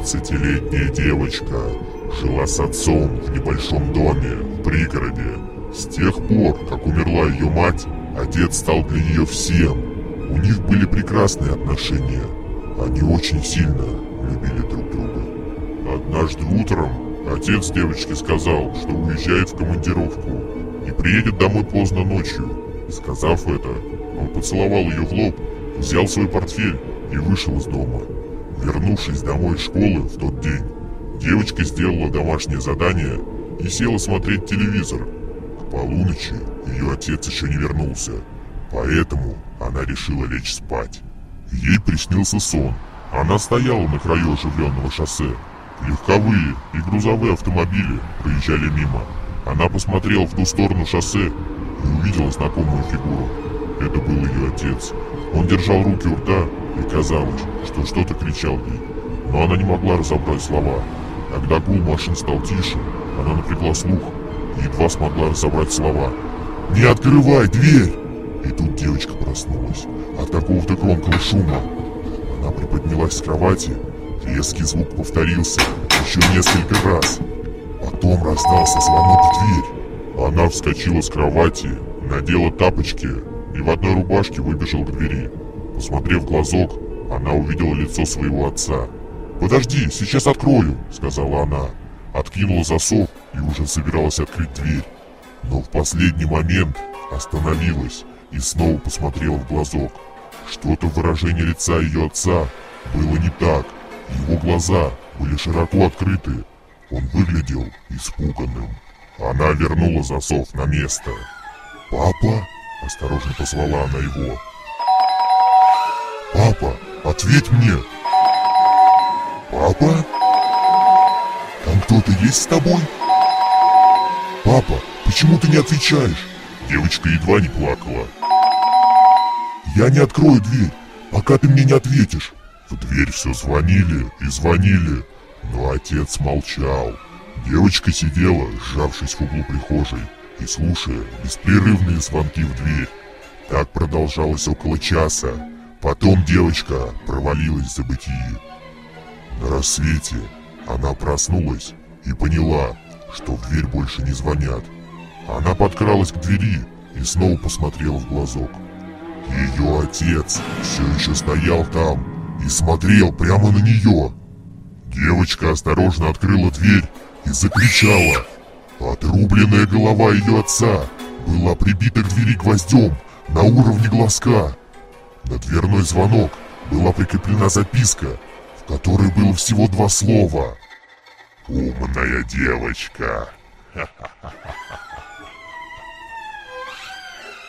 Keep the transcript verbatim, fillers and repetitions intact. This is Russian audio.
Двенадцатилетняя девочка жила с отцом в небольшом доме в пригороде. С тех пор, как умерла ее мать, отец стал для нее всем. У них были прекрасные отношения. Они очень сильно любили друг друга. Однажды утром отец девочки сказал, что уезжает в командировку и приедет домой поздно ночью. Сказав это, он поцеловал ее в лоб, взял свой портфель и вышел из дома. Вернувшись домой из школы в тот день, девочка сделала домашнее задание и села смотреть телевизор. К полуночи ее отец еще не вернулся, поэтому она решила лечь спать. Ей приснился сон. Она стояла на краю оживленного шоссе. Легковые и грузовые автомобили проезжали мимо. Она посмотрела в ту сторону шоссе и увидела знакомую фигуру. Это был ее отец. Он держал руки у рта, и казалось, что что-то кричал ей. Но она не могла разобрать слова. Когда гул машин стал тише, она напрягла слух и едва смогла разобрать слова. «Не открывай дверь!» И тут девочка проснулась от какого-то громкого шума. Она приподнялась с кровати, резкий звук повторился еще несколько раз. Потом раздался звонок в дверь. Она вскочила с кровати, надела тапочки и в одной рубашке выбежала к двери. Посмотрев в глазок, она увидела лицо своего отца. «Подожди, сейчас открою», — сказала она. Откинула засов и уже собиралась открыть дверь. Но в последний момент остановилась и снова посмотрела в глазок. Что-то в выражении лица ее отца было не так. Его глаза были широко открыты. Он выглядел испуганным. Она вернула засов на место. «Папа?» — осторожно позвала она его. «Папа, ответь мне!» «Папа? Там кто-то есть с тобой?» «Папа, почему ты не отвечаешь?» Девочка едва не плакала. «Я не открою дверь, пока ты мне не ответишь!» В дверь все звонили и звонили, но отец молчал. Девочка сидела, сжавшись в углу прихожей, и слушая беспрерывные звонки в дверь. Так продолжалось около часа. Потом девочка провалилась в забытие. На рассвете она проснулась и поняла, что в дверь больше не звонят. Она подкралась к двери и снова посмотрела в глазок. Ее отец все еще стоял там и смотрел прямо на нее. Девочка осторожно открыла дверь и закричала. Отрубленная голова ее отца была прибита к двери гвоздем на уровне глазка. На дверной звонок была прикреплена записка, в которой было всего два слова. «Умная девочка!» Ха-ха-ха-ха.